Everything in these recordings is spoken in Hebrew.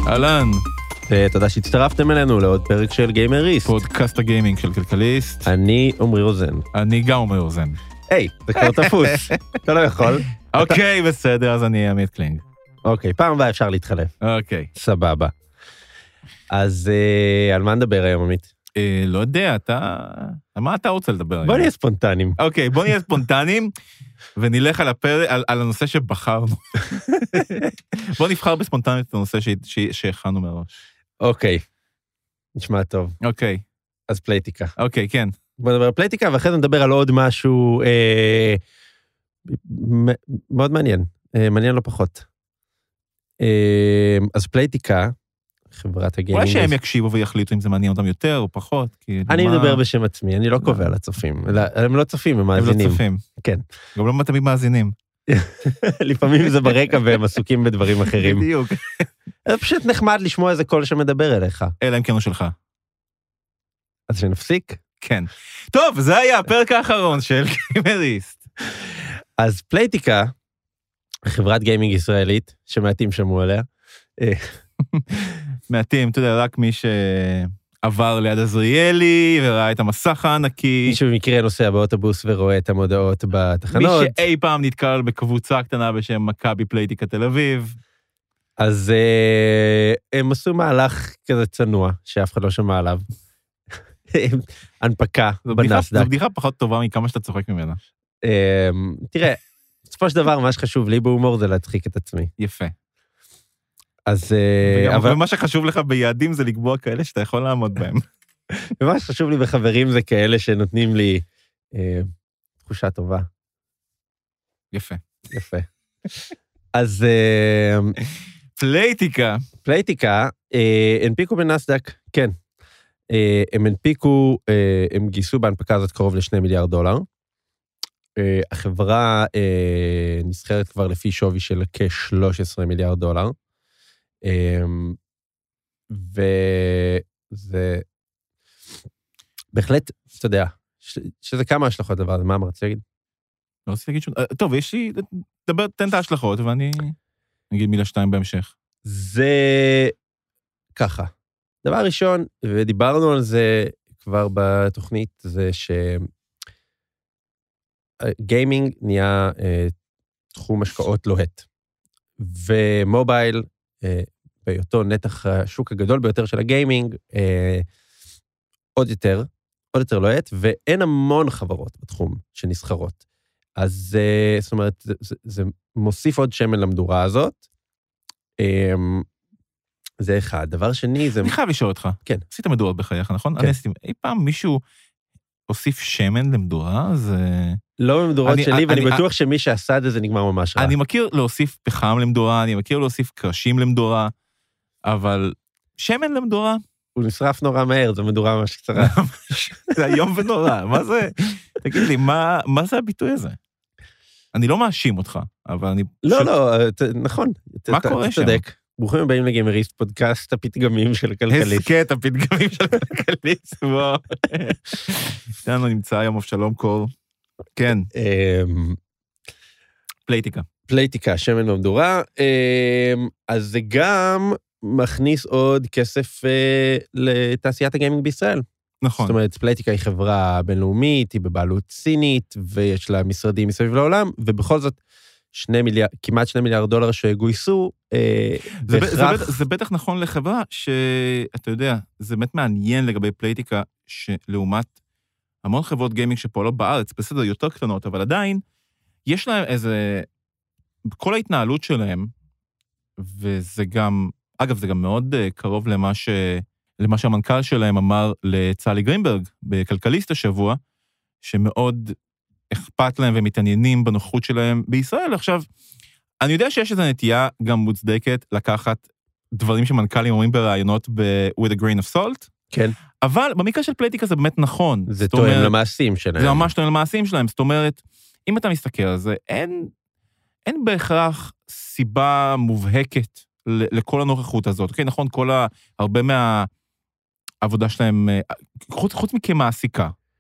אהלן. תודה שהצטרפתם אלינו לעוד פרק של גיימריסט. פודקאסט הגיימינג של כלכליסט. אני עומרי רוזן. אני גם עומרי רוזן. היי, זה כבר תפוס. אתה לא יכול. אוקיי, בסדר, אז אני עמית קלינג. אוקיי, פעם הבאה אפשר להתחלף. אוקיי. סבבה. אז על מה נדבר היום, עמית? לא יודע, מה אתה רוצה לדבר היום? בוא נהיה ספונטניים. אוקיי, בוא נהיה ספונטניים, ונלך על הנושא שבחרנו. בוא נבחר בספונטניות את הנושא שהכנו מראש. אוקיי, נשמע טוב. אוקיי. אז פלייטיקה. אוקיי, כן. בוא נדבר על פלייטיקה, ואחרי זה נדבר על עוד משהו מאוד מעניין. מעניין לא פחות. אז פלייטיקה, חברת הגיימינג... אולי שהם יקשיבו ויחליטו אם זה מעניין אותם יותר או פחות. אני מדבר בשם עצמי, אני לא קובע לצופים. הם לא צופים, הם מאזינים. הם לא צופים. כן. גם לא תמיד מאזינים. לפעמים זה ברקע והם עסוקים בדברים אחרים. בדיוק. זה פשוט נחמד לשמוע איזה קול שמדבר אליך. אלא אם כן הוא שלך. אז שנפסיק? כן. טוב, זה היה הפרק האחרון של גיימריסט. אז פלייטיקה, חברת גיימינג ישראלית, שמעטים שמעו עליה. מעטים, אתה יודע, רק מי שעבר ליד עזריאלי וראה את המסך הענקי. מי שבמקרה נוסע באוטובוס ורואה את המודעות בתחנות. מי שאי פעם נתקל בקבוצה קטנה בשם מכבי פלייטיקה תל אביב. אז הם עשו מהלך כזה צנוע, שאף אחד לא שמע עליו. הנפקה בנסדק. זו בדיחה פחות טובה מכמה שאתה צוחק ממנה. תראה, בסופו של דבר, מה שחשוב לי בהומור זה להצחיק את עצמי. יפה. אז... ומה שחשוב לך ביעדים זה לקבוע כאלה שאתה יכול לעמוד בהם. ומה שחשוב לי בחברים זה כאלה שנותנים לי תחושה טובה. יפה. יפה. אז... פלייטיקה, הנפיקו בנסדק, כן. הם הנפיקו, הם גייסו בהנפקה הזאת קרוב ל$2 מיליארד. החברה נסחרת כבר לפי שווי של כ$13 מיליארד. וזה בהחלט, אתה יודע, שזה כמה השלכות דבר, מה אמרת להגיד? לא רציתי להגיד שום... טוב, יש לי... תן את ההשלכות ואני אגיד מילה 2 בהמשך. זה ככה. דבר ראשון, ודיברנו על זה כבר בתוכנית, זה שגיימינג נהיה תחום השקעות לוהט. ומובייל, בהיותו נתח השוק הגדול ביותר של הגיימינג, עוד יותר לוהט, ואין המון חברות בתחום שנסחרות. אז זאת אומרת, זה מוסיף עוד שמן למדורה הזאת. זה אחד. דבר שני, זה... אני חייב לשאול אותך. כן. עשית מדורות בחייך, נכון? כן. אי פעם מישהו הוסיף שמן למדורה, זה... לא במדורות שלי, ואני בטוח שמי שעשה את זה נגמר ממש רע. אני מכיר להוסיף פחם למדורה, אני מכיר להוסיף קרשים למדורה, אבל שמן למדורה? הוא נשרף נורא מהר, זו מדורה ממש קצרה. זה היום ונורא, מה זה? תגיד לי, מה זה הביטוי הזה? אני לא מאשים אותך, אבל אני... לא, נכון. מה קורה שם? צודק. ברוכים הבאים לגיימריסט, פודקאסט הפתגמים של כלכליסט. הסקט הפתגמים של כלכליסט, וואו. איתנו נמצא היום אבשלום קור. כן. פלייטיקה, שמן במדורה. אז זה גם מכניס עוד כסף לתעשיית הגיימינג בישראל. נכון. זאת אומרת, פלייטיקה היא חברה בינלאומית, היא בבעלות סינית, ויש לה משרדים מסביב לעולם, ובכל זאת, כמעט $2 מיליארד שגויסו, זה בטח נכון לחברה שאתה יודע, זה באמת מעניין לגבי פלייטיקה, שלעומת המון חברות גיימינג שפועלות בארץ, בסדר, יותר קטנות, אבל עדיין, יש להם איזה, כל ההתנהלות שלהם, וזה גם, אגב, זה גם מאוד קרוב למה שהמנכ"ל שלהם אמר לצלי גרינברג, בכלכליסט השבוע, שמאוד אכפת להם ומתעניינים בנוכחות שלהם בישראל. עכשיו, אני יודע שיש איזו נטייה גם מוצדקת לקחת דברים שמנכ"לים אומרים ברעיונות with a grain of salt, כן. אבל במקרה של פלייטיקה זה באמת נכון. זה תואם למעשים שלהם. זה ממש תואם למעשים שלהם. זאת אומרת, אם אתה מסתכל על זה, אין בהכרח סיבה מובהקת לכל הנוכחות הזאת. אוקיי, נכון, הרבה מהעבודה שלהם, חוץ מכמעסיקה,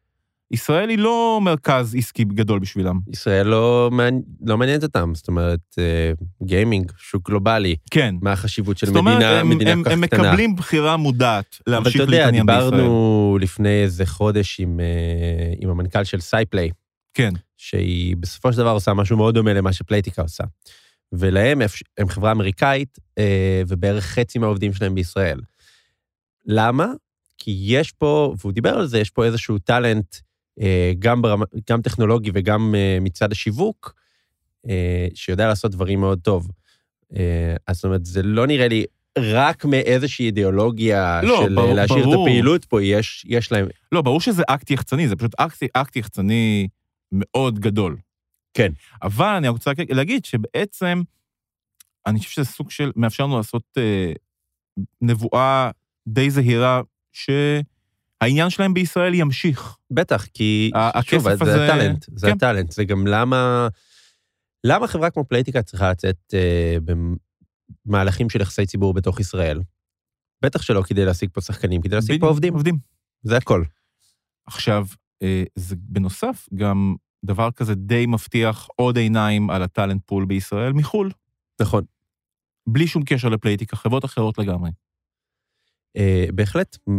ישראל היא לא מרכז עסקי גדול בשבילם. ישראל לא מעניינת אותם, זאת אומרת, גיימינג, שוק גלובלי. כן. מה החשיבות של מדינה כל כך קטנה. הם מקבלים בחירה מודעת להמשיך להתעניין בישראל. אבל אתה יודע, דיברנו לפני איזה חודש עם המנכ"ל של סייפליי. כן. שהיא בסופו של דבר עושה משהו מאוד דומה למה שפלייטיקה עושה. ולהם הם חברה אמריקאית, ובערך חצי מהעובדים שלהם בישראל. למה? כי יש פה, והוא דיבר על זה, יש פה איזשהו טלנט, גם טכנולוגי וגם מצד השיווק, שיודע לעשות דברים מאוד טוב. אז זאת אומרת, זה לא נראה לי רק מאיזושהי אידיאולוגיה של להשאיר את הפעילות פה, יש להם... לא, ברור שזה אקט יחצני, זה פשוט אקט יחצני מאוד גדול. כן. אבל אני רוצה להגיד שבעצם, אני חושב שזה סוג של, מאפשר לנו לעשות נבואה די זהירה, שהעניין שלהם בישראל ימשיך. בטח, כי הכסף הזה... זה הטלנט, זה הטלנט. זה גם למה חברה כמו פלייטיקה צריכה לצאת במהלכים של יחסי ציבור בתוך ישראל? בטח שלא כדי להשיג פה שחקנים, כדי להשיג פה עובדים. זה הכל. עכשיו, זה בנוסף גם דבר כזה די מבטיח עוד עיניים על הטלנט פול בישראל מחול. נכון. בלי שום קשר לפלייטיקה, חברות אחרות לגמרי. בהחלט,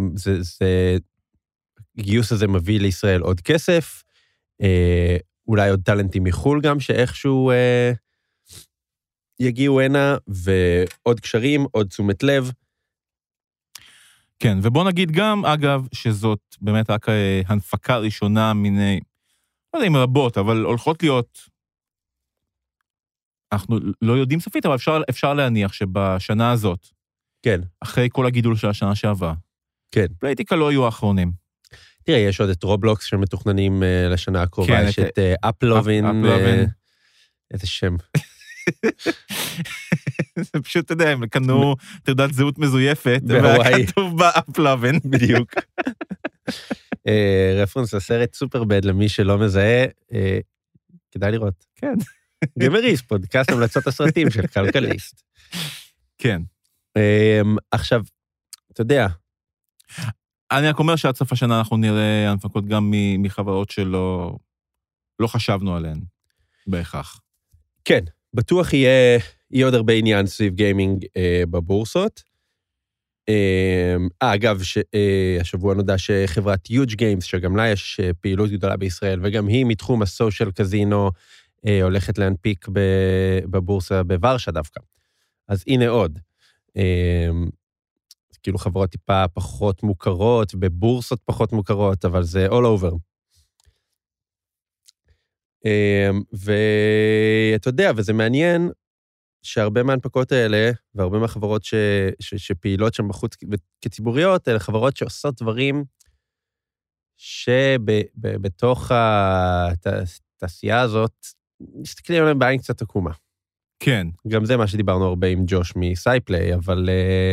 הגיוס הזה מביא לישראל עוד כסף, אולי עוד טלנטים מחול גם, שאיכשהו יגיעו הנה, ועוד קשרים, עוד תשומת לב. כן, ובוא נגיד גם, אגב, שזאת באמת רק הנפקה ראשונה מיני, לא יודע אם רבות, אבל הולכות להיות, אנחנו לא יודעים סופית, אבל אפשר להניח שבשנה הזאת, כן. אחרי כל הגידול של השנה שעברה, כן. פלייטיקה לא יהיו האחרונים. תראה, יש עוד את רובלוקס שמתוכננים לשנה הקרובה, כן, יש את אפלובין, איזה שם. זה פשוט, אתה יודע, הם קנו תעודת זהות מזויפת, והיה כתוב בה אפלובין. בדיוק. רפרנס לסרט סופרבד, למי שלא מזהה, כדאי לראות. כן. גמריס, פודקאסט המלצות הסרטים של כלכליסט. כן. עכשיו, אתה יודע. אני רק אומר שעד סוף השנה אנחנו נראה הנפקות גם מחברות שלא חשבנו עליהן, בהכרח. כן, בטוח יהיה עוד הרבה עניין סביב גיימינג בבורסות. אגב, השבוע נודע שחברת Huge Games, שגם לה יש פעילות גדולה בישראל, וגם היא מתחום הסושיאל קזינו, הולכת להנפיק בבורסה בוורשה דווקא. אז הנה עוד. כאילו חברות טיפה פחות מוכרות, בבורסות פחות מוכרות, אבל זה all over. ואתה יודע, וזה מעניין שהרבה מההנפקות האלה, והרבה מהחברות שפעילות שם בחוץ כציבוריות, אלה חברות שעושות דברים שבתוך התעשייה הזאת, מסתכלים עליהם בעין קצת עקומה. כן. גם זה מה שדיברנו הרבה עם ג'וש מסייפליי, אבל...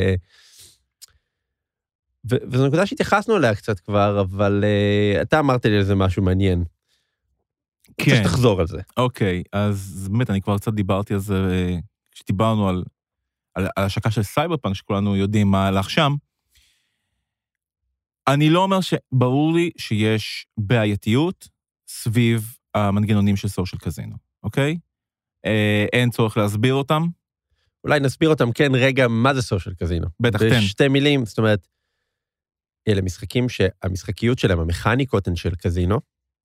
וזו נקודה שהתייחסנו אליה קצת כבר, אבל אתה אמרת לי על זה משהו מעניין. כן. רוצה שתחזור על זה. אוקיי, אז באמת, אני כבר קצת דיברתי על זה, כשדיברנו על השקה של סייברפאנק, שכולנו יודעים מה הלך שם. אני לא אומר שברור לי שיש בעייתיות סביב המנגנונים של סושיאל קזינו, אוקיי? אין צורך להסביר אותם. אולי נסביר אותם, כן, רגע, מה זה סושיאל קזינו? בטח, תן. בשתי מילים, זאת אומרת, אלה משחקים שהמשחקיות שלהם, המכניקות הן של קזינו,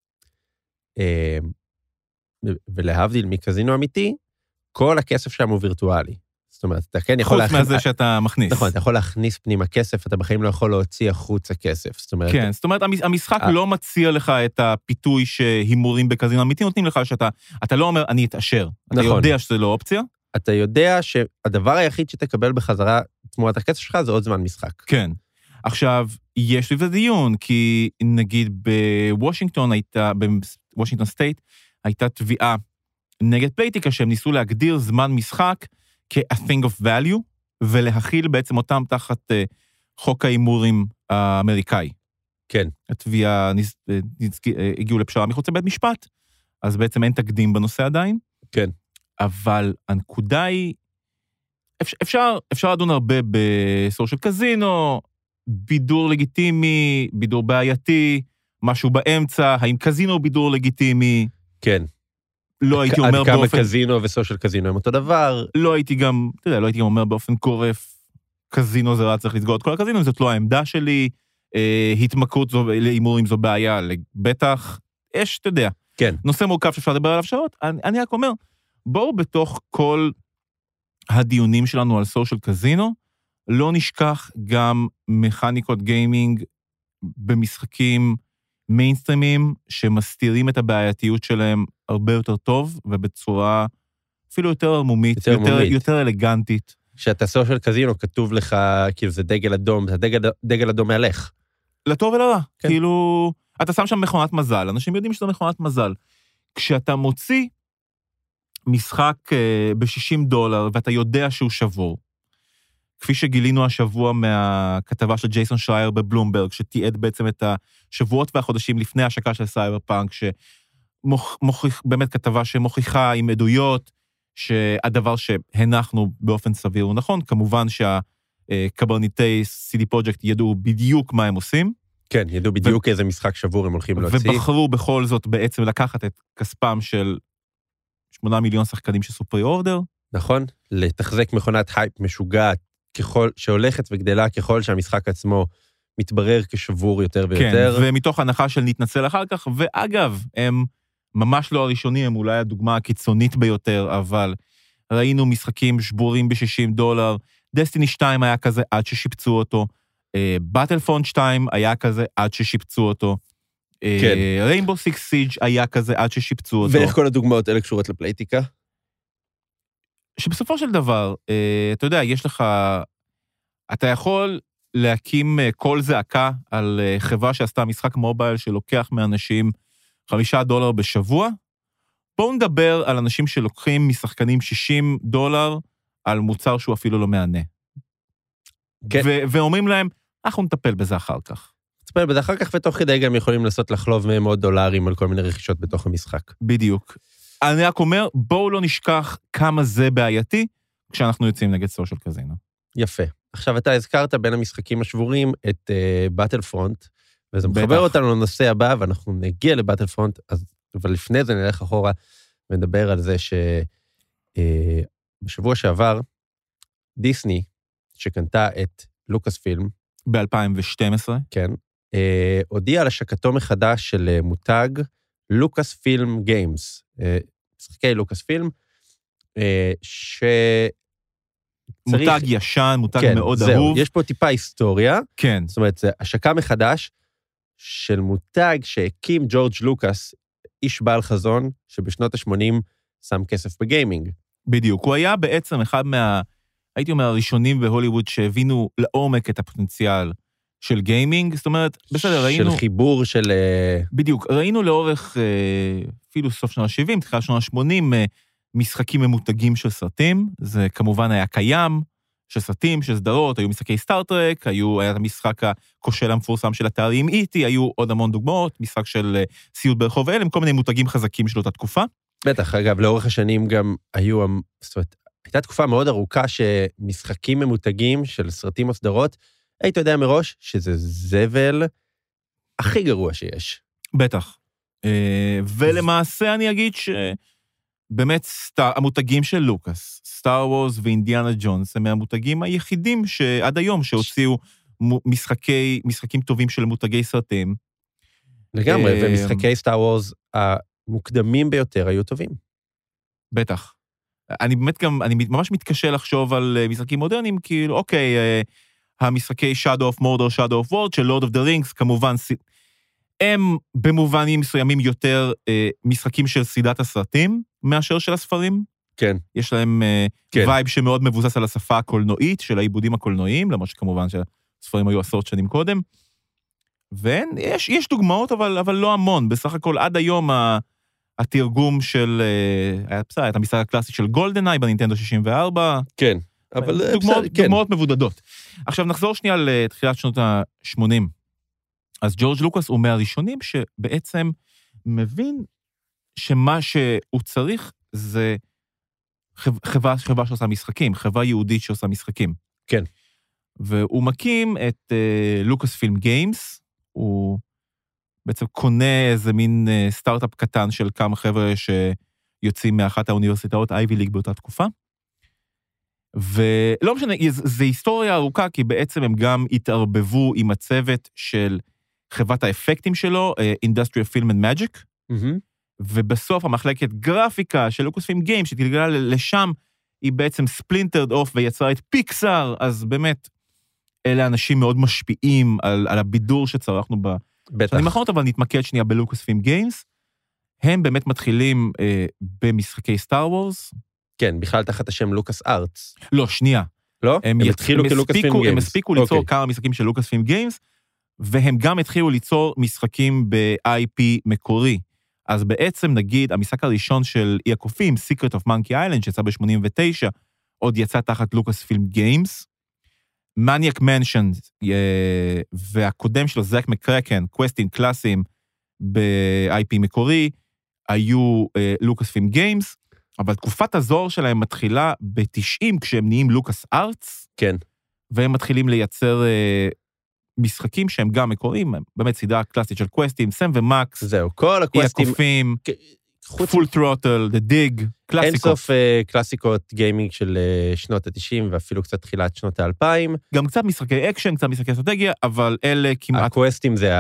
ולהבדיל מקזינו אמיתי, כל הכסף שם הוא וירטואלי. זאת אומרת, אתה כן יכול... חוץ מהזה שאתה מכניס. נכון, אתה יכול להכניס פנימה כסף, אתה בחיים לא יכול להוציא החוצה כסף. כן, זאת אומרת, המשחק לא מציע לך את הפיתוי שהימורים בקזינו אמיתי, נותנים לך שאתה לא אומר, אני אתאשר. אתה יודע שזה לא אופציה. אתה יודע שהדבר היחיד שתקבל בחזרה תמורת הכסף שלך, זה עוד זמן משחק. כן. עכשיו, יש לי זה דיון, כי נגיד בוושינגטון סטייט, הייתה תביעה נגד פלייטיקה, שהם ניסו להגדיר זמן משחק כ-a thing of value, ולהכיל בעצם אותם תחת חוק האימורים האמריקאי. כן. התביעה הגיעו לפשרה מחוץ לבית משפט, אז בעצם אין תקדים בנושא עדיין. כן. אבל הנקודה היא, אפשר לדון הרבה בסושיאל קזינו, בידור לגיטימי, בידור בעייתי, משהו באמצע, האם קזינו הוא בידור לגיטימי? כן. לא הייתי אומר באופן... עד כמה קזינו וסושיאל קזינו הם אותו דבר. לא הייתי גם, אתה יודע, לא הייתי גם אומר באופן קורף, קזינו זה רק צריך לסגור את כל הקזינו, זאת לא העמדה שלי, התמכרות להימורים זו בעיה, בטח, יש, אתה יודע, כן. נושא מורכב שאפשר לדבר עליו שעות, אני רק אומר, בואו בתוך כל הדיונים שלנו על סושיאל קזינו, לא נשכח גם מכניקות גיימינג במשחקים מיינסטרימים, שמסתירים את הבעייתיות שלהם הרבה יותר טוב, ובצורה אפילו יותר ערמומית, יותר אלגנטית. כשאתה סושיאל קזינו, כתוב לך, כאילו זה דגל אדום, זה דגל אדום מהלך. לטוב ולרע. כן. כאילו, אתה שם שם מכונת מזל, אנשים יודעים שזו מכונת מזל. כשאתה מוציא משחק $60, ואתה יודע שהוא שבור, כפי שגילינו השבוע מהכתבה של ג'ייסון שרייר בבלומברג, שתיעד בעצם את השבועות והחודשים לפני ההשקה של סייבר פאנק, באמת כתבה שמוכיחה עם עדויות, שהדבר שהנחנו באופן סביר הוא נכון, כמובן שהקברניטי CD Projekt ידעו בדיוק מה הם עושים. כן, ידעו בדיוק איזה משחק שבור הם הולכים להוציא. ובחרו בכל זאת בעצם לקחת את כספם של 8 מיליון שחקנים של סופרי אורדר. נכון, לתחזק מכונת הייפ משוגעת, שהולכת וגדלה ככל שהמשחק עצמו מתברר כשבור יותר ויותר. כן, ומתוך הנחה של נתנצל אחר כך, ואגב, הם ממש לא הראשונים, הם אולי הדוגמה הקיצונית ביותר, אבל ראינו משחקים שבורים $60, דסטיני 2 היה כזה עד ששיפצו אותו, בטלפרונט 2 היה כזה עד ששיפצו אותו, כן. ריינבו סיקס סיג' היה כזה עד ששיפצו אותו. ואיך כל הדוגמאות האלה קשורות לפלייטיקה? שבסופו של דבר, אתה יודע, יש לך, אתה יכול להקים קול זעקה על חברה שעשתה משחק מובייל שלוקח מאנשים $5 בשבוע. בואו נדבר על אנשים שלוקחים משחקנים $60 על מוצר שהוא אפילו לא מענה. כן. ואומרים להם, אנחנו נטפל בזה אחר כך. נטפל בזה אחר כך, ותוך כדי גם יכולים לעשות לחלוב מהם עוד דולרים על כל מיני רכישות בתוך המשחק. בדיוק. אני רק אומר, בואו לא נשכח כמה זה בעייתי, כשאנחנו יוצאים נגד סושיאל קזינו. יפה. עכשיו אתה הזכרת בין המשחקים השבורים את בטלפרונט, וזה מחבר אותנו לנושא הבא, ואנחנו נגיע לבטלפרונט, אבל לפני זה נלך אחורה, ונדבר על זה שבשבוע שעבר, דיסני, שקנתה את לוקאס פילם, ב-2012, כן, הודיע על השקתו מחדש של מותג לוקאס פילם גיימס, משחקי לוקאס פילם, מותג ישן, מותג כן, מאוד זהו, אהוב. יש פה טיפה היסטוריה, כן. זאת אומרת, זה השקה מחדש של מותג שהקים ג'ורג' לוקאס, איש בעל חזון, שבשנות ה-80 שם כסף בגיימינג. בדיוק, הוא היה בעצם אחד הייתי אומר, הראשונים בהוליווד שהבינו לעומק את הפוטנציאל של גיימינג, זאת אומרת, בסדר, ראינו... של חיבור של... בדיוק, ראינו לאורך, אפילו סוף שנות ה-70, תחילת שנות ה-80, משחקים ממותגים של סרטים, זה כמובן היה קיים, של סרטים, של סדרות, היו משחקי סטארטרק, היה את המשחק הכושל המפורסם של התארים איטי, היו עוד המון דוגמאות, משחק של סיוט ברחוב אלם, כל מיני מותגים חזקים של אותה תקופה. בטח, אגב, לאורך השנים גם היו, זאת אומרת, הייתה תקופה מאוד ארוכה שמשחקים ממותגים של סרטים או סדרות, היית יודע מראש שזה זבל הכי גרוע שיש. בטח. ולמעשה אני אגיד שבאמת המותגים של לוקאס, סטאר וורס ואינדיאנה ג'ונס, הם מהמותגים היחידים שעד היום שהוציאו משחקים טובים של מותגי סרטים. לגמרי, ומשחקי סטאר וורס המוקדמים ביותר היו טובים. בטח. אני באמת גם, אני ממש מתקשה לחשוב על משחקים מודרניים, כאילו, אוקיי, המשחקי Shadow of Mordor, Shadow of War, של Lord of the Rings, כמובן, הם במובנים מסוימים יותר משחקים של סדרת הסרטים, מאשר של הספרים. כן. יש להם וייב שמאוד מבוסס על השפה הקולנועית, של העיבודים הקולנועיים, למרות שכמובן שהספרים היו עשרות שנים קודם. ויש דוגמאות, אבל לא המון. בסך הכל, עד היום התרגום של, היה את המשחק הקלאסי של גולדנאי בנינטנדו 64. כן, אבל דוגמאות מבודדות. עכשיו נחזור שנייה לתחילת שנות ה-80. אז ג'ורג' לוקאס הוא מהראשונים שבעצם מבין שמה שהוא צריך זה חברה שעושה משחקים, חברה יהודית שעושה משחקים. כן. והוא מקים את לוקאס פילם גיימס, הוא בעצם קונה איזה מין סטארט-אפ קטן של כמה חבר'ה שיוצאים מאחת האוניברסיטאות אייבי ליג באותה תקופה. ולא משנה, זו היסטוריה ארוכה, כי בעצם הם גם התערבבו עם הצוות של חברת האפקטים שלו, Industrial Film and Magic, ובסוף המחלקת גרפיקה של לוקאספילם גיימס, שתגלגלה לשם, היא בעצם ספלינטרד אוף ויצרה את פיקסאר, אז באמת, אלה אנשים מאוד משפיעים על הבידור שצרכנו בשנים האחרונות, אבל נתמקד שנייה בלוקאספילם גיימס. הם באמת מתחילים במשחקי סטאר וורס. כן, בכלל תחת השם לוקאס ארטס. לא, שנייה. לא? הם התחילו כלוקאספילם גיימס. הם הספיקו ליצור כמה משחקים של לוקאספילם גיימס, והם גם התחילו ליצור משחקים ב-IP מקורי. אז בעצם נגיד, המשחק הראשון של אי הקופים, Secret of Monkey Island, שיצא ב-89, עוד יצא תחת לוקאספילם גיימס. Maniac Mansion, והקודם שלו, זק מקרקן, קווסטים קלאסיים ב-IP מקורי, היו לוקאספילם גיימס, אבל תקופת הזוהר שלהם מתחילה ב-90, כשהם נהיים לוקאס ארטס, כן. והם מתחילים לייצר משחקים שהם גם מקוריים, באמת סדרה קלאסית של קווסטים, סם ומקס, זהו, כל הקווסטים, הקופים, פול טרוטל, דה דיג, קלאסיקות. אינסוף קלאסיקות גיימינג של שנות ה-90, ואפילו קצת תחילת שנות ה-2000. גם קצת משחקי אקשן, קצת משחקי אסטרטגיה, אבל אלה כמעט... הקווסטים זה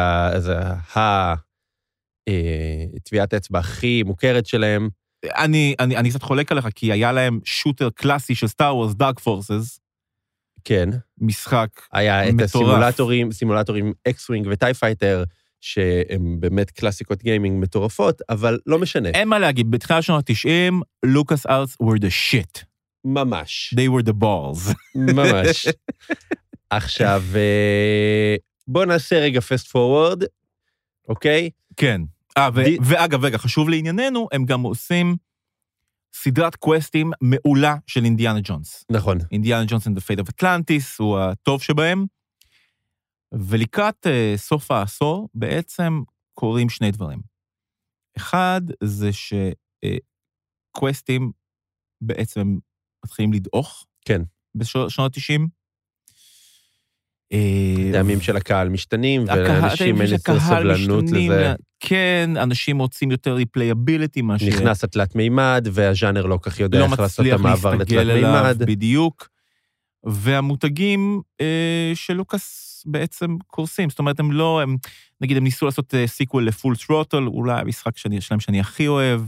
טביעת האצבע הכי מוכרת שלהם. אני קצת חולק עליך, כי היה להם שוטר קלאסי של סטאר וורס, דארק פורסס. כן. משחק מטורף. היה את הסימולטורים אקס-ווינג וטי פייטר, שהם באמת קלאסיקות גיימינג מטורפות, אבל לא משנה. אין מה להגיד, בתחילת שנות ה-90, לוקאס ארטס were the shit. ממש. They were the balls. ממש. עכשיו, בוא נעשה רגע fast forward, אוקיי? כן. ואגב, רגע, חשוב לענייננו, הם גם עושים סדרת קווסטים מעולה של אינדיאנה ג'ונס. נכון. אינדיאנה ג'ונס and the Fate of Atlantis, הוא הטוב שבהם, ולקראת סוף העשור, בעצם קורים שני דברים. אחד, זה שקווסטים בעצם מתחילים לדעוך. כן. בשנות ה-90. דעמים של הקהל משתנים, ואנשים אין יותר סבלנות לזה. כן, אנשים רוצים יותר replayability, נכנס לתלת מימד, והז'אנר לא כך יודע איך לעשות את המעבר לתלת מימד. בדיוק. והמותגים של לוקאס בעצם קורסים, זאת אומרת, הם לא, נגיד, הם ניסו לעשות סיקוול לפול טרוטל, אולי המשחק שלהם שאני הכי אוהב,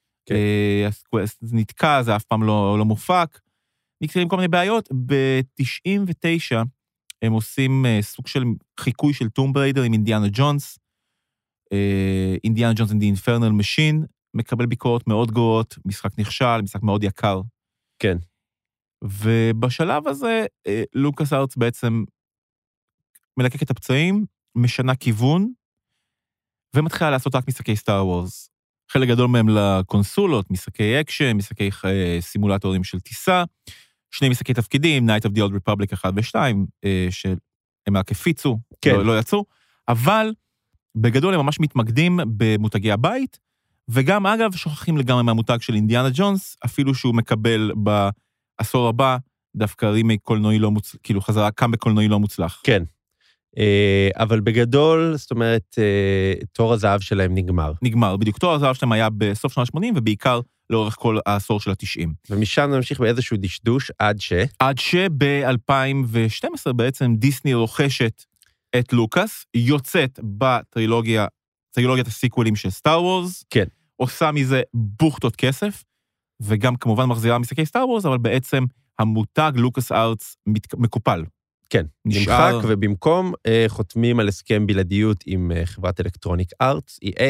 זה נתקע, זה אף פעם לא מופק, נקראים כל מיני בעיות. ב-99 הם עושים סוג של חיקוי של טום בריידר עם אינדיאנה ג'ונס, אינדיאנה ג'ונס and the Infernal Machine, מקבל ביקורות מאוד גרועות, משחק נכשל, משחק מאוד יקר. כן. ובשלב הזה, לוקאס ארטס בעצם מלקק את הפצעים, משנה כיוון, ומתחילה לעשות רק משחקי סטאר וורס. חלק גדול מהם לקונסולות, משחקי אקשן, משחקי סימולטורים של טיסה, שני משחקי תפקידים, Night of the Old Republic 1 ו-2, שהם רק הפיצו, כן. לא יצאו, אבל בגדול הם ממש מתמקדים במותגי הבית, וגם אגב שוכחים לגמרי מהמותג של אינדיאנה ג'ונס, אפילו שהוא מקבל בעשור הבא, דווקא רימייק קולנועי לא מוצלח, כאילו חזרה קם בקולנועי לא מוצלח. כן. אבל בגדול, זאת אומרת, תור הזהב שלהם נגמר. נגמר, בדיוק. תור הזהב שלהם היה בסוף שנות ה-80, ובעיקר לאורך כל העשור של ה-90. ומשם נמשיך באיזשהו דשדוש עד שב-2012 בעצם דיסני רוכשת את לוקאס, יוצאת בטרילוגיית הסיקוולים של סטאר וורס, כן. עושה מזה בוכתות כסף, וגם כמובן מחזירה משחקי סטאר וורס, אבל בעצם המותג לוקאס ארטס מקופל. כן, נמחק, ובמקום חותמים על הסכם בלעדיות עם חברת אלקטרוניק ארטס, EA,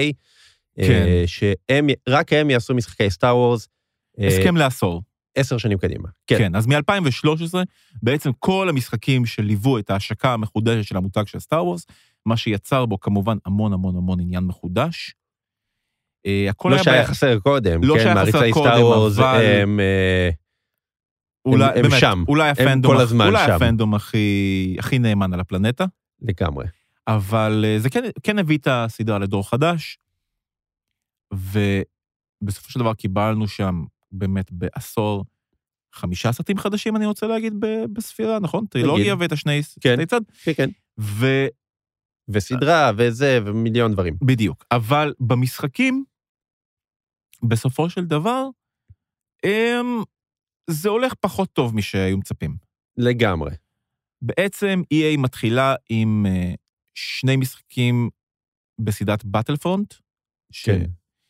שרק הם יעשו משחקי סטאר וורס. הסכם לעשור. 10 שנים קדימה. כן, אז מ-2013, בעצם כל המשחקים שליוו את ההשקה המחודשת של המותג של סטאר וורס, מה שיצר בו כמובן המון המון המון עניין מחודש. לא שהיה חסר קודם, כן, מעריצי סטאר וורס, הם שם, הם כל הזמן שם. אולי הפנדום הכי נאמן על הפלנטה. לגמרי. אבל זה כן הביא את הסדרה לדור חדש, ובסופו של דבר קיבלנו שם באמת בעשור 5 סרטים חדשים, אני רוצה להגיד בספירה, נכון? טרילוגיה ואת השני צד. כן, כן. וסדרה, וזה, ומיליון דברים. בדיוק. אבל במשחקים, בסופו של דבר, זה הולך פחות טוב משהיו מצפים. לגמרי. בעצם EA מתחילה עם 2 משחקים בסדרת באטלפרונט, כן.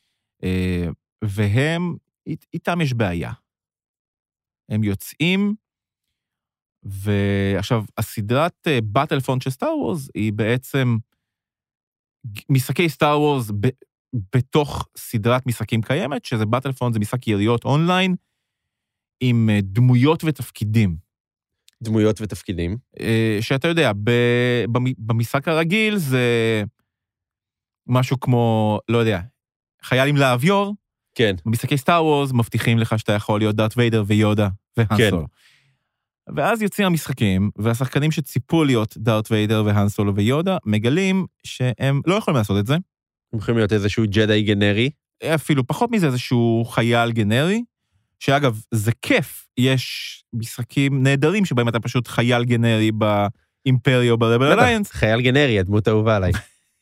והם, איתם יש בעיה. הם יוצאים, ועכשיו, הסדרת באטלפרונט של סטאר וורס, היא בעצם משחקי סטאר וורס בתוך סדרת משחקים קיימת, שזה באטלפרונט, זה משחק יריות אונליין, עם דמויות ותפקידים. דמויות ותפקידים. שאתה יודע, במשחק הרגיל זה משהו כמו, לא יודע, חייל עם לאוויור, כן. במשחקי סטאר וורס מבטיחים לך שאתה יכול להיות דארט ויידר ויודה והאן סולו. ואז יוצאים המשחקים, והשחקנים שציפו להיות דארט ויידר והאן סולו ויודה, מגלים שהם לא יכולים לעשות את זה. הם יכולים להיות איזשהו ג'די גנרי. אפילו פחות מזה, איזשהו חייל גנרי, שאגב, זה כיף, יש משחקים נהדרים שבהם אתה פשוט חייל גנרי באימפריה או ברבל אליינס. חייל גנרי, הדמות האהובה עליי.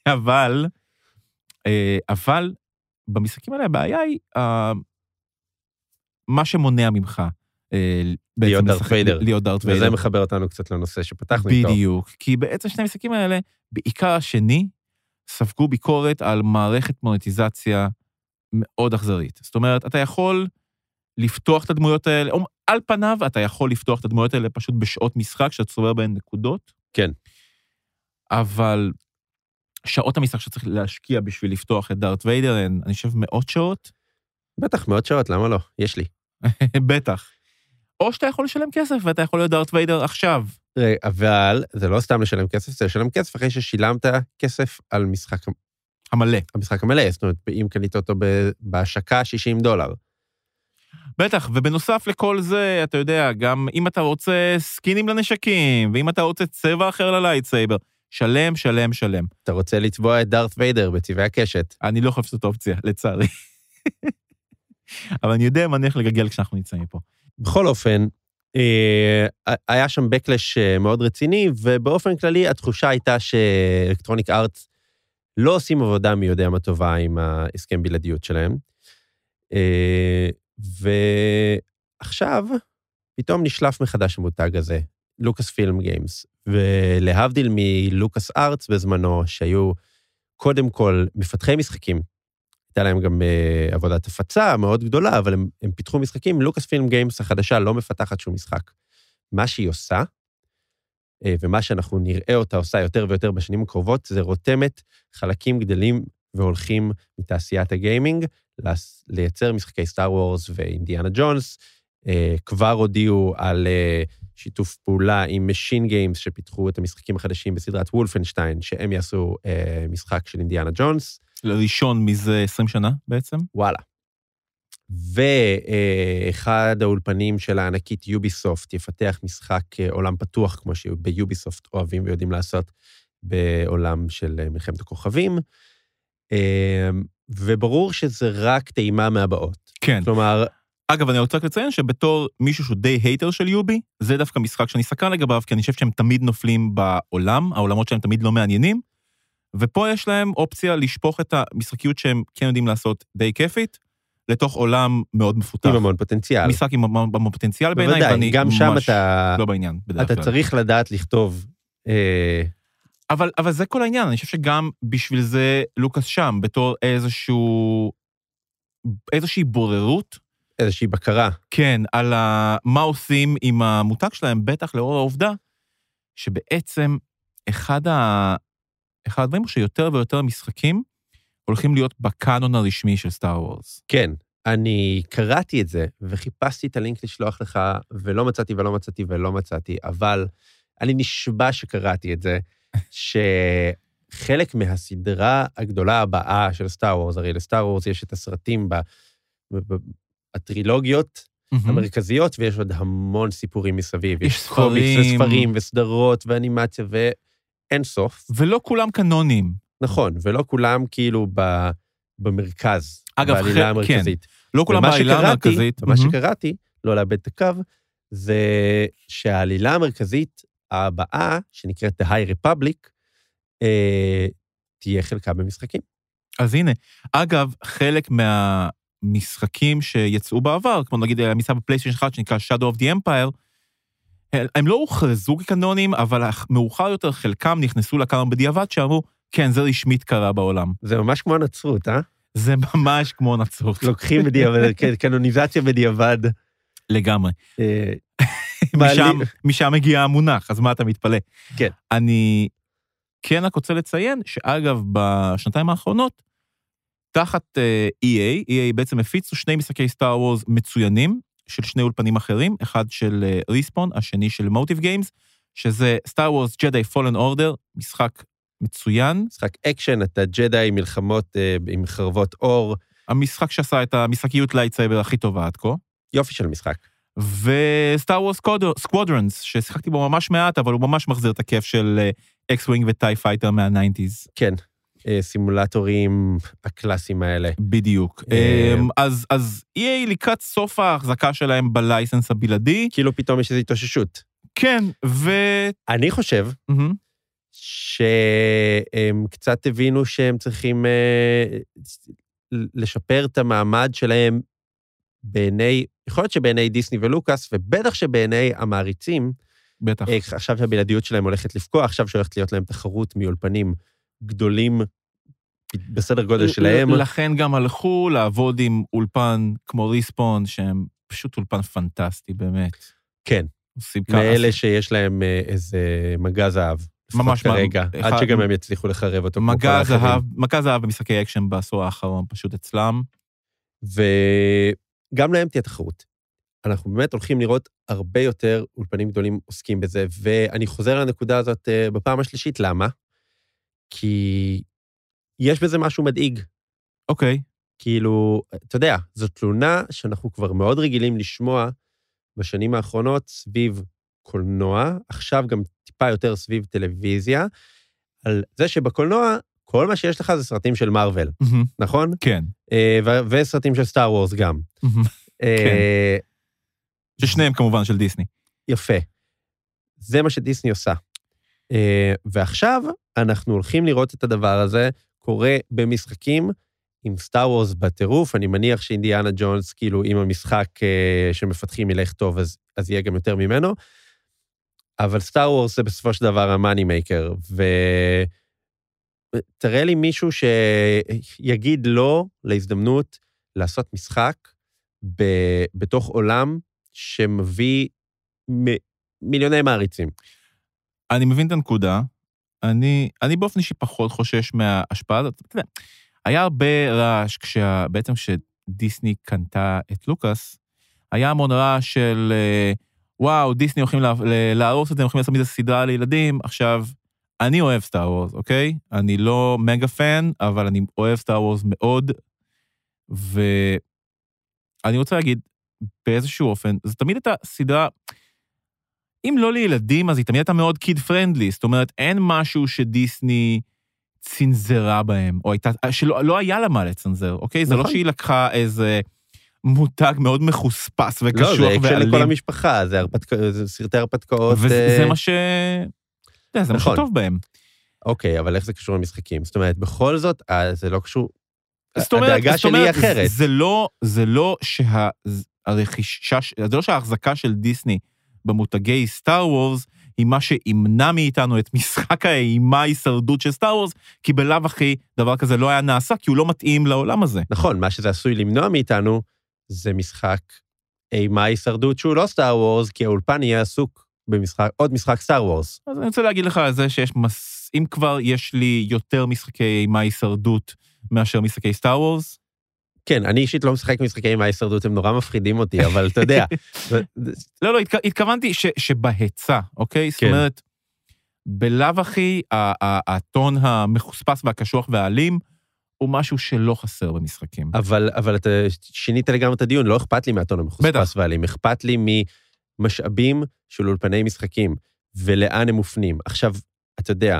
אבל במשחקים האלה הבעיה היא מה שמונע ממך להיות דארט ויידר. להיות דארט ויידר. וזה מחבר אותנו קצת לנושא שפתחנו איתו. בדיוק, כי בעצם שני המשחקים האלה, בעיקר השני, ספגו ביקורת על מערכת מוניטיזציה מאוד אכזרית. זאת אומרת, אתה יכול לפתוח את הדמויות האלה, או על פניו אתה יכול לפתוח את הדמויות האלה פשוט בשעות משחק, שאתה צובר בהן נקודות. כן. אבל שעות המשחק שצריך להשקיע בשביל לפתוח את דארט ויידר, הן, אני חושב, 100 שעות. בטח, 100 שעות, למה לא? יש לי. בטח. או שאתה יכול לשלם כסף, ואתה יכול להיות דארט ויידר עכשיו. אבל זה לא סתם לשלם כסף, זה לשלם כסף אחרי ששילמת כסף על משחק המלא. המשחק המלא, זאת אומרת, אם קנית אותו בהשקה $60. בטח, ובנוסף לכל זה, אתה יודע, גם אם אתה רוצה סקינים לנשקים, ואם אתה רוצה צבע אחר ללייטסייבר, שלם. אתה רוצה לצבוע את דארט ויידר בצבעי הקשת. אני לא חושב שזאת אופציה, לצערי. אבל אני יודע מה נלך לגגל כשאנחנו נצאים מפה. בכל אופן, היה שם בקלש מאוד רציני, ובאופן כללי התחושה הייתה שאלקטרוניק ארטס לא עושים עבודה מי יודע מה טובה עם ההסכם בלעדיות שלהם. ועכשיו, פתאום נשלף מחדש המותג הזה, לוקאס פילם גיימס, ולהבדיל מלוקאס ארטס בזמנו, שהיו קודם כל מפתחי משחקים, הייתה להם גם עבודת הפצה מאוד גדולה, אבל הם פיתחו משחקים, לוקאס פילם גיימס החדשה לא מפתחת שום משחק. מה שהיא עושה, ומה שאנחנו נראה אותה עושה יותר ויותר בשנים הקרובות, זה רותמת חלקים גדלים והולכים מתעשיית הגיימינג, לייצר משחקי סטאר וורס ואינדיאנה ג'ונס, כבר הודיעו על שיתוף פעולה עם משין גיימס, שפיתחו את המשחקים החדשים בסדרת וולפנשטיין, שהם יעשו משחק של אינדיאנה ג'ונס. לראשון מזה 20 שנה בעצם. וואלה. ואחד האולפנים של הענקית יוביסופט יפתח משחק עולם פתוח, כמו שביוביסופט אוהבים ויודעים לעשות בעולם של מלחמת הכוכבים. וברור שזה רק טעימה מהבאות. כן. כלומר, אגב, אני רוצה לציין שבתור מישהו שהוא די הייטר של יובי, זה דווקא משחק שאני סקרן לגביו, כי אני חושב שהם תמיד נופלים בעולם, העולמות שלהם תמיד לא מעניינים, ופה יש להם אופציה לשפוך את המשחקיות שהם כן יודעים לעשות די כיפית, לתוך עולם מאוד מפותח. עם המון פוטנציאל. משחק עם המון פוטנציאל בעיניי, ואני גם שם אתה לא בעניין, בדרך כלל. אתה צריך לדעת לכתוב. אבל זה כל העניין, אני חושב שגם בשביל זה לוקאס שם, בתור איזושהי בוררות, איזושהי בקרה. כן, על מה עושים עם המותג שלהם, בטח לאור העובדה, שבעצם אחד הדברים הוא שיותר ויותר משחקים הולכים להיות בקאנון הרשמי של סטאר וורס. כן, אני קראתי את זה, וחיפשתי את הלינק לשלוח לך, ולא מצאתי, אבל אני נשבע שקראתי את זה, שחלק מהסדרה הגדולה הבאה של סטאר וורס, הרי לסטאר וורס יש את הסרטים הטרילוגיות המרכזיות, ויש עוד המון סיפורים מסביב. יש קומיקס וספרים וסדרות ואנימציה ואין סוף. ולא כולם קנונים. נכון, ולא כולם כאילו במרכז. אגב, בעלילה המרכזית. כן. לא כולם בעלילה המרכזית. ומה שקראתי, לא לאבד את הקו, זה שהעלילה המרכזית הבאה, שנקראת The High Republic, תהיה חלקה במשחקים. אז הנה, אגב, חלק מהמשחקים שיצאו בעבר, כמו נגיד המשחק בפלייסטיישן 1 שנקרא Shadow of the Empire, הם לא הוכרזו כקנונים, אבל מאוחר יותר חלקם נכנסו לכמה בדיעבד שאמרו, כן, זה רשמית קרה בעולם. זה ממש כמו הנצרות, אה? זה ממש כמו נצרות. לוקחים בדיעבד, קנוניזציה בדיעבד. לגמרי. משם מגיע המונח, אז מה אתה מתפלא? כן. אני כן רק רוצה לציין שאגב, בשנתיים האחרונות, תחת EA בעצם הפיצו שני משחקי סטאר וורס מצוינים, של שני אולפנים אחרים, אחד של ריספון, השני של מוטיב גיימס, שזה סטאר וורס ג'די פולן אורדר, משחק מצוין. משחק אקשן, אתה ג'די מלחמות עם חרבות אור. המשחק שעשה את המשחקיות לייטסייבר הכי טובה עד כה. יופי של משחק. וסטאר וורס סקוודרנס, ששיחקתי בו ממש מעט, אבל הוא ממש מחזיר את הכיף של אקס-ווינג וטי פייטר מה-90s. כן, סימולטורים הקלאסיים האלה. בדיוק. אז EA לקראת סוף ההחזקה שלהם בלייסנס הבלעדי. כאילו פתאום יש איזו התאוששות. כן, אני חושב שהם קצת הבינו שהם צריכים לשפר את המעמד שלהם בעיני, יכול להיות שבעיני דיסני ולוקאס, ובטח שבעיני המעריצים, בטח. עכשיו שהבלעדיות שלהם הולכת לפקוע, עכשיו שהולכת להיות להם תחרות מאולפנים גדולים בסדר גודל שלהם. לכן גם הלכו לעבוד עם אולפן כמו ריספון, שהם פשוט אולפן פנטסטי, באמת. כן. מאלה שיש להם איזה מגע זהב. ממש כרגע, עד שגם הם יצליחו לחרב אותו. מגע זהב במשחקי אקשן בעשור האחרון, פשוט אצלם. וגם להם תהיה תחרות. אנחנו באמת הולכים לראות הרבה יותר אולפנים גדולים עוסקים בזה, ואני חוזר לנקודה הזאת בפעם השלישית, למה? כי יש בזה משהו מדאיג. אוקיי. כאילו, אתה יודע, זו תלונה שאנחנו כבר מאוד רגילים לשמוע בשנים האחרונות סביב קולנוע, עכשיו גם טיפה יותר סביב טלוויזיה, על זה שבקולנוע, כל מה שיש לך זה סרטים של מארוול, נכון? כן. וסרטים של סטאר וורס גם. כן. ששניהם כמובן של דיסני. יפה. זה מה שדיסני עושה. ועכשיו אנחנו הולכים לראות את הדבר הזה, קורה במשחקים עם סטאר וורס בטירוף, אני מניח שאינדיאנה ג'ונס, כאילו אם המשחק שמפתחים ילך טוב, אז יהיה גם יותר ממנו, אבל סטאר וורס זה בסופו של דבר המאני מייקר, ותראה לי מישהו שיגיד לא להזדמנות לעשות משחק בתוך עולם שמביא מיליוני מעריצים. אני מבין את הנקודה, אני באופן אישי פחות חושש מההשפעה הזאת, אתה יודע, היה הרבה רעש בעצם כשדיסני קנתה את לוקאס, היה המון רעש של, וואו, דיסני הולכים להרוס את זה, הולכים לעשות מזה סדרה לילדים, עכשיו, אני אוהב סטאר וורס, אוקיי? אני לא מגה פן, אבל אני אוהב סטאר וורס מאוד, ואני רוצה להגיד, באיזשהו אופן, זה תמיד הייתה סדרה, אם לא לילדים, אז היא תמיד הייתה מאוד קיד פרנדלי, זאת אומרת, אין משהו שדיסני צנזרה בהם, או הייתה, שלא היה לה מה לצנזר, אוקיי? זה לא שהיא לקחה איזה מותג מאוד מחוספס וקשוח ואלים. לא, זה אקשן לכל המשפחה, זה סרטי הרפתקאות. וזה מה זה מה שטוב בהם. אוקיי, אבל איך זה קשור למשחקים? זאת אומרת, בכל זאת, זה לא קשור, הדאגה שלי היא אחרת. זה לא שהרכישה, זה לא שההחזקה של דיסני במותגי סטאר וורס, היא מה שימנע מאיתנו את משחק האימה הישרדות של סטאר וורס, כי בלאו הכי דבר כזה לא היה נעשה, כי הוא לא מתאים לעולם הזה. נכון, מה שזה עשוי למנוע מאיתנו, זה משחק אימה הישרדות שהוא לא סטאר וורס, כי האולפן יהיה עסוק במשחק, עוד משחק סטאר וורס. אז אני רוצה להגיד לך על זה שיש, אם כבר יש לי יותר משחקי אימה הישרדות מאשר משחקי סטאר וורס, כן, אני אישית לא משחק משחקי עם ההישרדות, הם נורא מפחידים אותי, אבל אתה יודע. לא, התכוונתי שבהיצע, אוקיי? זאת אומרת, בלאו הכי, הטון המחוספס והקשוח והאלים, הוא משהו שלא חסר במשחקים. אבל אתה שינית לגמרי את הדיון, לא אכפת לי מהטון המחוספס והאלים, אכפת לי ממשאבים של אולפני משחקים, ולאן הם מופנים. עכשיו, אתה יודע,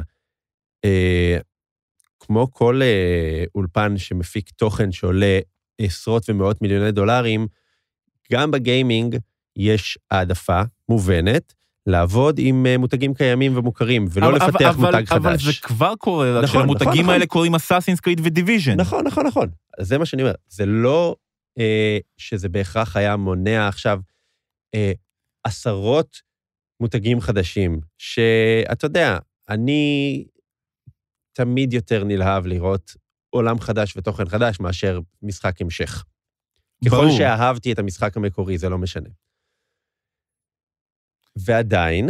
כמו כל אולפן שמפיק תוכן שעולה עשרות ומאות מיליוני דולרים, גם בגיימינג יש העדפה מובנת לעבוד עם מותגים קיימים ומוכרים, ולא לפתח מותג חדש. אבל זה כבר קורה, נכון, המותגים האלה קוראים Assassin's Creed ודיוויז'ן. נכון. אז זה מה שאני אומר, זה לא שזה בהכרח היה מונע עכשיו עשרות מותגים חדשים, שאתה יודע, אני תמיד יותר נלהב לראות עולם חדש ותוכן חדש, מאשר משחק המשך. ככל שאהבתי את המשחק המקורי, זה לא משנה. ועדיין,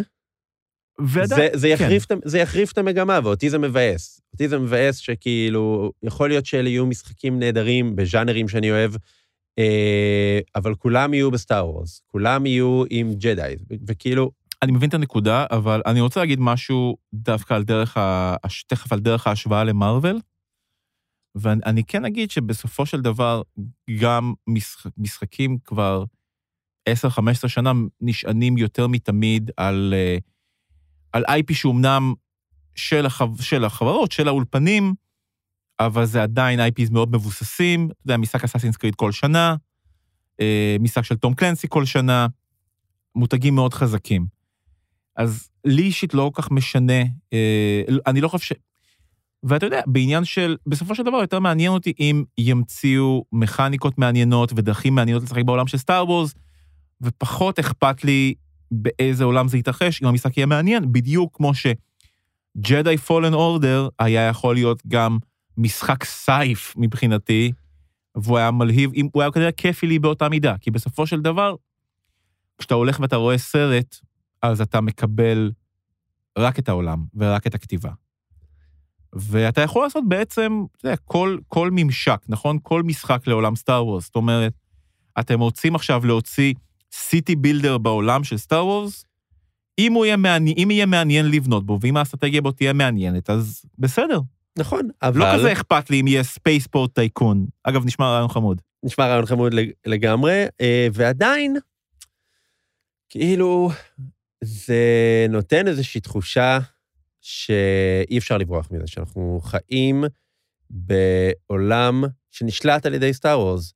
זה יחריף את המגמה, ואותי זה מבאס. אותי זה מבאס שכאילו, יכול להיות שאלה יהיו משחקים נהדרים, בז'אנרים שאני אוהב, אבל כולם יהיו בסטאר וורס, כולם יהיו עם ג'די, וכאילו... אני מבין את הנקודה, אבל אני רוצה להגיד משהו דווקא על תכף על דרך ההשוואה למרוול, ואני כן אגיד שבסופו של דבר, גם משחקים כבר 10-15 שנה נשענים יותר מתמיד על IP שאומנם של החברות, של האולפנים, אבל זה עדיין IPs מאוד מבוססים, אתה יודע, משחק Assassin's Creed כל שנה, משחק של תום קלנסי כל שנה, מותגים מאוד חזקים. אז לי אישית לא כל כך משנה, אני לא חושב ואתה יודע, בעניין של, בסופו של דבר יותר מעניין אותי אם ימציאו מכניקות מעניינות ודרכים מעניינות לשחק בעולם של סטאר וורס, ופחות אכפת לי באיזה עולם זה יתרחש, אם המשחק יהיה מעניין, בדיוק כמו שג'די פולן אורדר היה יכול להיות גם משחק סייף מבחינתי, והוא היה מלהיב, הוא היה כנראה כיפי לי באותה מידה, כי בסופו של דבר, כשאתה הולך ואתה רואה סרט, אז אתה מקבל רק את העולם ורק את הכתיבה. ואתה יכול לעשות בעצם, אתה יודע, כל ממשק, נכון? כל משחק לעולם סטאר וורס. זאת אומרת, אתם רוצים עכשיו להוציא סיטי בילדר בעולם של סטאר וורס, אם יהיה מעניין לבנות בו, ואם האסטרטגיה בו תהיה מעניינת, אז בסדר. נכון, אבל... לא כזה אכפת לי אם יהיה ספייספורט טייקון. אגב, נשמע רעיון חמוד. נשמע רעיון חמוד לגמרי, ועדיין, כאילו, זה נותן איזושהי תחושה שאי אפשר לברוח מזה, שאנחנו חיים בעולם שנשלט על ידי סטאר וורס,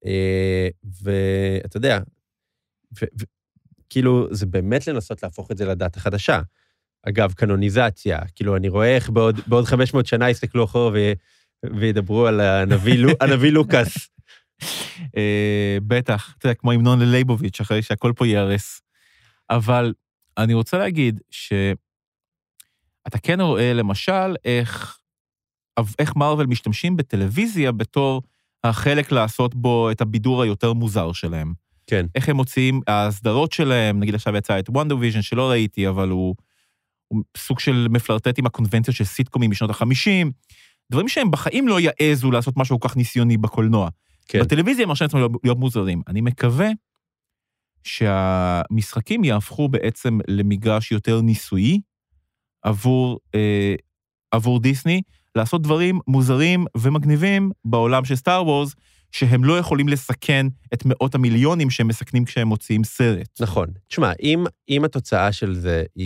ואתה יודע, כאילו, זה באמת לנסות להפוך את זה לדת החדשה. אגב, קנוניזציה, כאילו, אני רואה איך בעוד 500 שנה יסתכלו אחורה וידברו על הנביא לוקאס. בטח, אתה יודע, כמו המנון ללייבוביץ', אחרי שהכל פה יערס. אבל אני רוצה להגיד שאתה כן רואה, למשל, איך מרוול משתמשים בטלוויזיה בתור החלק לעשות בו את הבידור היותר מוזר שלהם. כן. איך הם מוציאים, הסדרות שלהם, נגיד עכשיו יצא את וונדר ויז'ן, שלא ראיתי, אבל הוא סוג של מפלרטט עם הקונבנציות של סיטקומים משנות ה-50, דברים שהם בחיים לא יעזו לעשות משהו כל כך ניסיוני בקולנוע. כן. בטלוויזיה הם מרשים לעצמם להיות מוזרים. אני מקווה שהמשחקים יהפכו בעצם למגרש יותר ניסויי עבור דיסני, לעשות דברים מוזרים ומגניבים בעולם של סטאר וורס, שהם לא יכולים לסכן את מאות המיליונים שהם מסכנים כשהם מוציאים סרט. נכון. תשמע, אם התוצאה של זה היא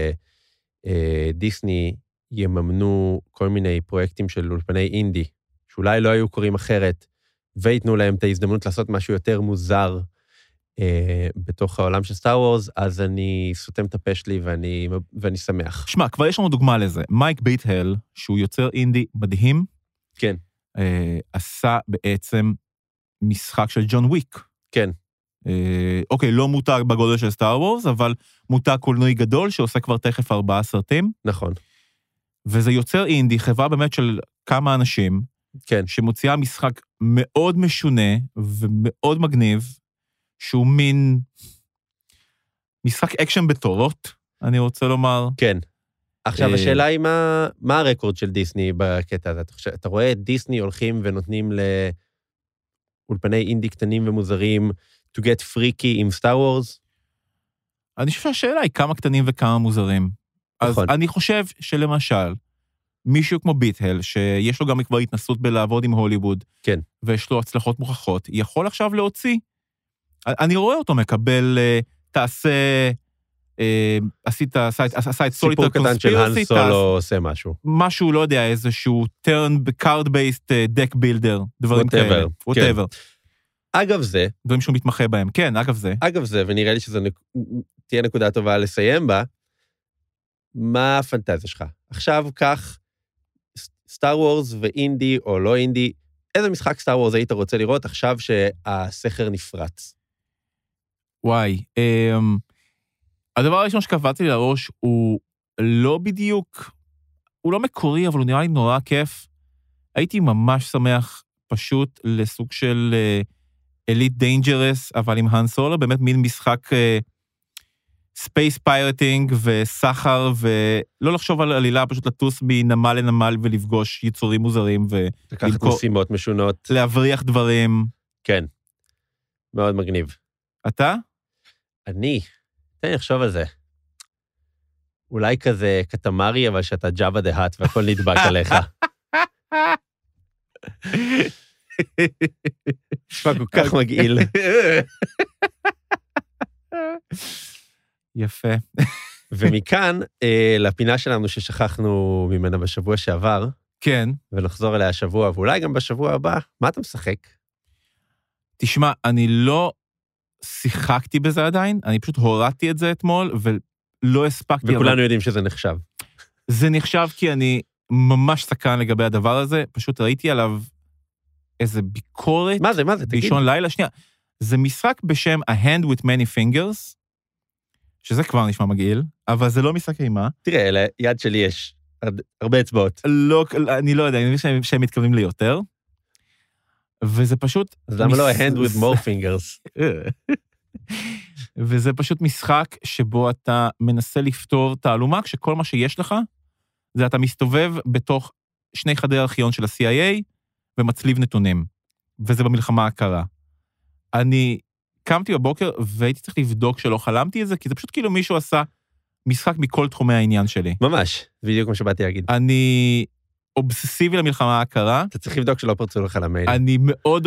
שדיסני יממנו כל מיני פרויקטים של אולפני אינדי, שאולי לא היו קוראים אחרת, ויתנו להם את ההזדמנות לעשות משהו יותר מוזר בתוך העולם של סטאר וורס, אז אני סותם את הפה שלי ואני שמח. שמע, כבר יש לנו דוגמה לזה. מייק ביטהל, שהוא יוצר אינדי מדהים, כן. עשה בעצם משחק של ג'ון וויק. כן. אוקיי, לא מותג בגודל של סטאר וורס, אבל מותג קולנועי גדול, שעושה כבר תכף 4 סרטים. נכון. וזה יוצר אינדי, חברה באמת של כמה אנשים, כן. שמוציאה משחק מאוד משונה ומאוד מגניב, שהוא מין משחק אקשן בתורות, אני רוצה לומר. כן. עכשיו, השאלה היא מה הרקורד של דיסני בקטע הזה? אתה רואה את דיסני הולכים ונותנים לאולפני אינדי קטנים ומוזרים to get freaky עם סטאר וורס? אני חושב שהשאלה היא כמה קטנים וכמה מוזרים. נכון. אז אני חושב שלמשל, מישהו כמו ביטהל, שיש לו גם כבר התנסות בלעבוד עם הוליווד, כן. ויש לו הצלחות מוכחות, יכול עכשיו להוציא. אני רואה אותו מקבל, עשה את סיפור קטן של האן סולו עושה משהו. משהו, לא יודע, איזשהו turn card based deck builder, דברים כאלה. whatever. אגב זה, דברים שהוא מתמחה בהם, כן, אגב זה. ונראה לי שזו תהיה נקודה טובה לסיים בה, מה הפנטזיה שלך? עכשיו כך, סטאר וורס ואינדי או לא אינדי, איזה משחק סטאר וורס היית רוצה לראות עכשיו שהסכר נפרץ? וואי, הדבר הראשון שקפצתי לי לראש הוא לא בדיוק, הוא לא מקורי, אבל הוא נראה לי נורא כיף. הייתי ממש שמח פשוט לסוג של אליט דיינג'רס, אבל עם האן סולו, באמת מין משחק ספייס פיירטינג וסחר, ולא לחשוב על עלילה, פשוט לטוס מנמל לנמל ולפגוש יצורים מוזרים, לקחת משימות משונות. להבריח דברים. כן, מאוד מגניב. אתה? תן לי לחשוב על זה. אולי כזה קטמרי, אבל שאתה ג'אבה דה האט והכל נדבק עליך. נשמע כל כך מגעיל. יפה. ומכאן, לפינה שלנו ששכחנו ממנה בשבוע שעבר, כן. ונחזור אליה השבוע, ואולי גם בשבוע הבא, מה אתה משחק? תשמע, אני לא שיחקתי בזה עדיין, אני פשוט הורדתי את זה אתמול, ולא הספקתי. וכולנו יודעים שזה נחשב. זה נחשב כי אני ממש סקרן לגבי הדבר הזה, פשוט ראיתי עליו איזה ביקורת. מה זה? תגיד. באישון לילה, שנייה. זה משחק בשם A Hand with Many Fingers, שזה כבר נשמע מגעיל, אבל זה לא משחק אימה. תראה, ליד שלי יש הרבה אצבעות. לא, אני לא יודע, אני מבין שהם מתכוונים ליותר. וזה פשוט... אז למה לא A Hand with More Fingers? וזה פשוט משחק שבו אתה מנסה לפתור תעלומה, כשכל מה שיש לך, זה אתה מסתובב בתוך 2 חדרי ארכיון של ה-CIA, ומצליב נתונים. וזה במלחמה הקרה. אני קמתי בבוקר, והייתי צריך לבדוק שלא חלמתי את זה, כי זה פשוט כאילו מישהו עשה משחק מכל תחומי העניין שלי. ממש, בדיוק מה שבאתי להגיד. אני אובססיבי למלחמה הקרה. אתה צריך לבדוק שלא פרצו לך למייל. אני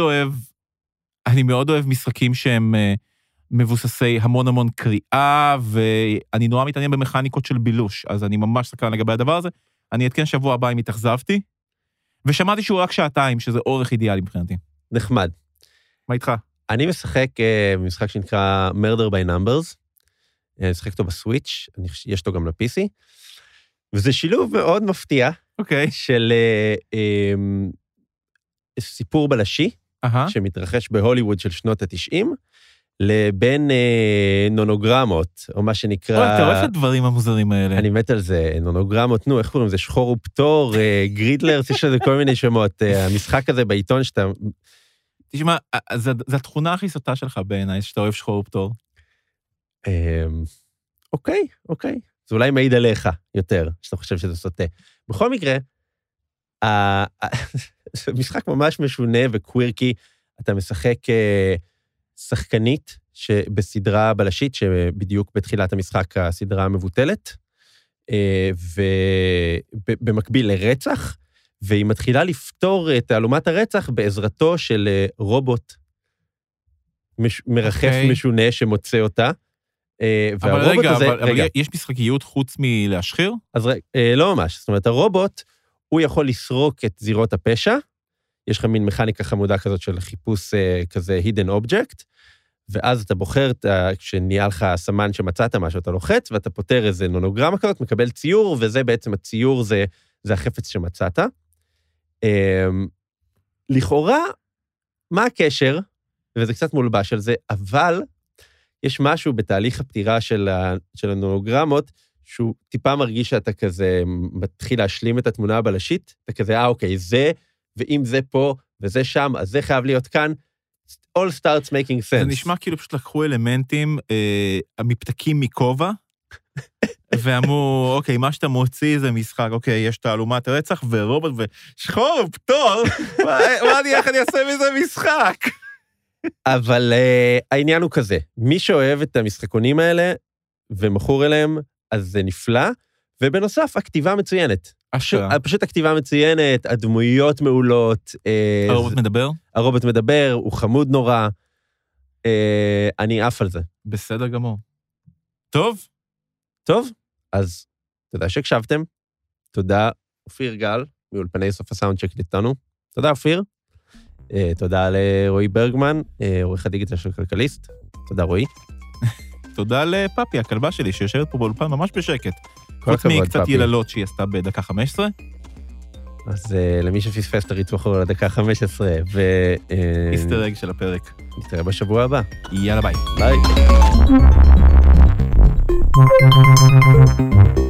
מאוד אוהב משחקים שהם מבוססי המון קריאה, ואני נורא מתעניין במכניקות של בילוש, אז אני ממש סקרן לגבי הדבר הזה. אני אתכן שבוע הבא אם התאכזבתי, ושמעתי שהוא רק 2 שזה אורך אידיאלי מבחינתי. נחמד. מה איתך? אני משחק במשחק שנקרא Murder by Numbers, אני משחק אותו בסוויץ', יש אותו גם ל-PC, וזה שילוב מאוד מפתיע, של סיפור בלשי, שמתרחש בהוליווד של שנות ה-90, לבין נונוגרמות, או מה שנקרא... אתה אוהב את הדברים המוזרים האלה. אני מת על זה, נונוגרמות, איך קוראים לזה, שחור ופטור, גרידלרס, יש לזה כל מיני שמות, המשחק הזה בעיתון שאתה... תשמע, זו התכונה הכי סוטה שלך בעיניי, שאתה אוהב שחור ופטור. אוקיי. זה אולי מעיד עליך יותר, שאתה חושב שזה סוטה. בכל מקרה, זה משחק ממש משונה וקווירקי, אתה משחק שחקנית בסדרה בלשית, שבדיוק בתחילת המשחק הסדרה מבוטלת, ובמקביל לרצח, והיא מתחילה לפתור את תעלומת הרצח בעזרתו של רובוט מרחף משונה שמוצא אותה. אבל רגע, יש משחקיות חוץ מלהשחיר? אז לא ממש, זאת אומרת, הרובוט, הוא יכול לסרוק את זירות הפשע, יש לך מין מכניקה חמודה כזאת של חיפוש כזה hidden object, ואז אתה בוחר, כשנהיה לך סמן שמצאת משהו, אתה לוחץ, ואתה פותר איזה נונוגרמה כזאת, מקבל ציור, וזה בעצם הציור, זה החפץ שמצאת. לכאורה, מה הקשר? וזה קצת מולבש על זה, אבל יש משהו בתהליך הפתירה של הנונוגרמות, שהוא טיפה מרגיש שאתה כזה מתחיל להשלים את התמונה הבלשית, אתה כזה, אוקיי, זה, ואם זה פה, וזה שם, אז זה חייב להיות כאן, all starts making sense. זה נשמע כאילו פשוט לקחו אלמנטים, המפתקים מכובע, ואמרו, אוקיי, מה שאתה מוציא זה משחק, אוקיי, יש תעלומת רצח ורובוט ושחור ופטור, איך אני אעשה מזה משחק? אבל העניין הוא כזה, מי שאוהב את המשחקונים האלה ומכור אליהם, אז זה נפלא, ובנוסף, הכתיבה מצוינת. פשוט הכתיבה מצוינת, הדמויות מעולות. הרובוט מדבר? הרובוט מדבר, הוא חמוד נורא. אני עף על זה. בסדר גמור. טוב, אז תודה שהקשבתם. תודה, אופיר גל, מאולפני סוף הסאונד שהקליט אותנו. תודה, אופיר. תודה לרועי ברגמן, עורך הדיגיטל של כלכליסט. תודה רועי. תודה לפאפי, הכלבה שלי, שיושבת פה באולפן ממש בשקט. כל חוץ מקצת יללות שהיא עשתה בדקה 15. אז למי שפספס תריצו אחורה לדקה 15, איסטר אג של הפרק. נתראה בשבוע הבא. יאללה ביי. ביי.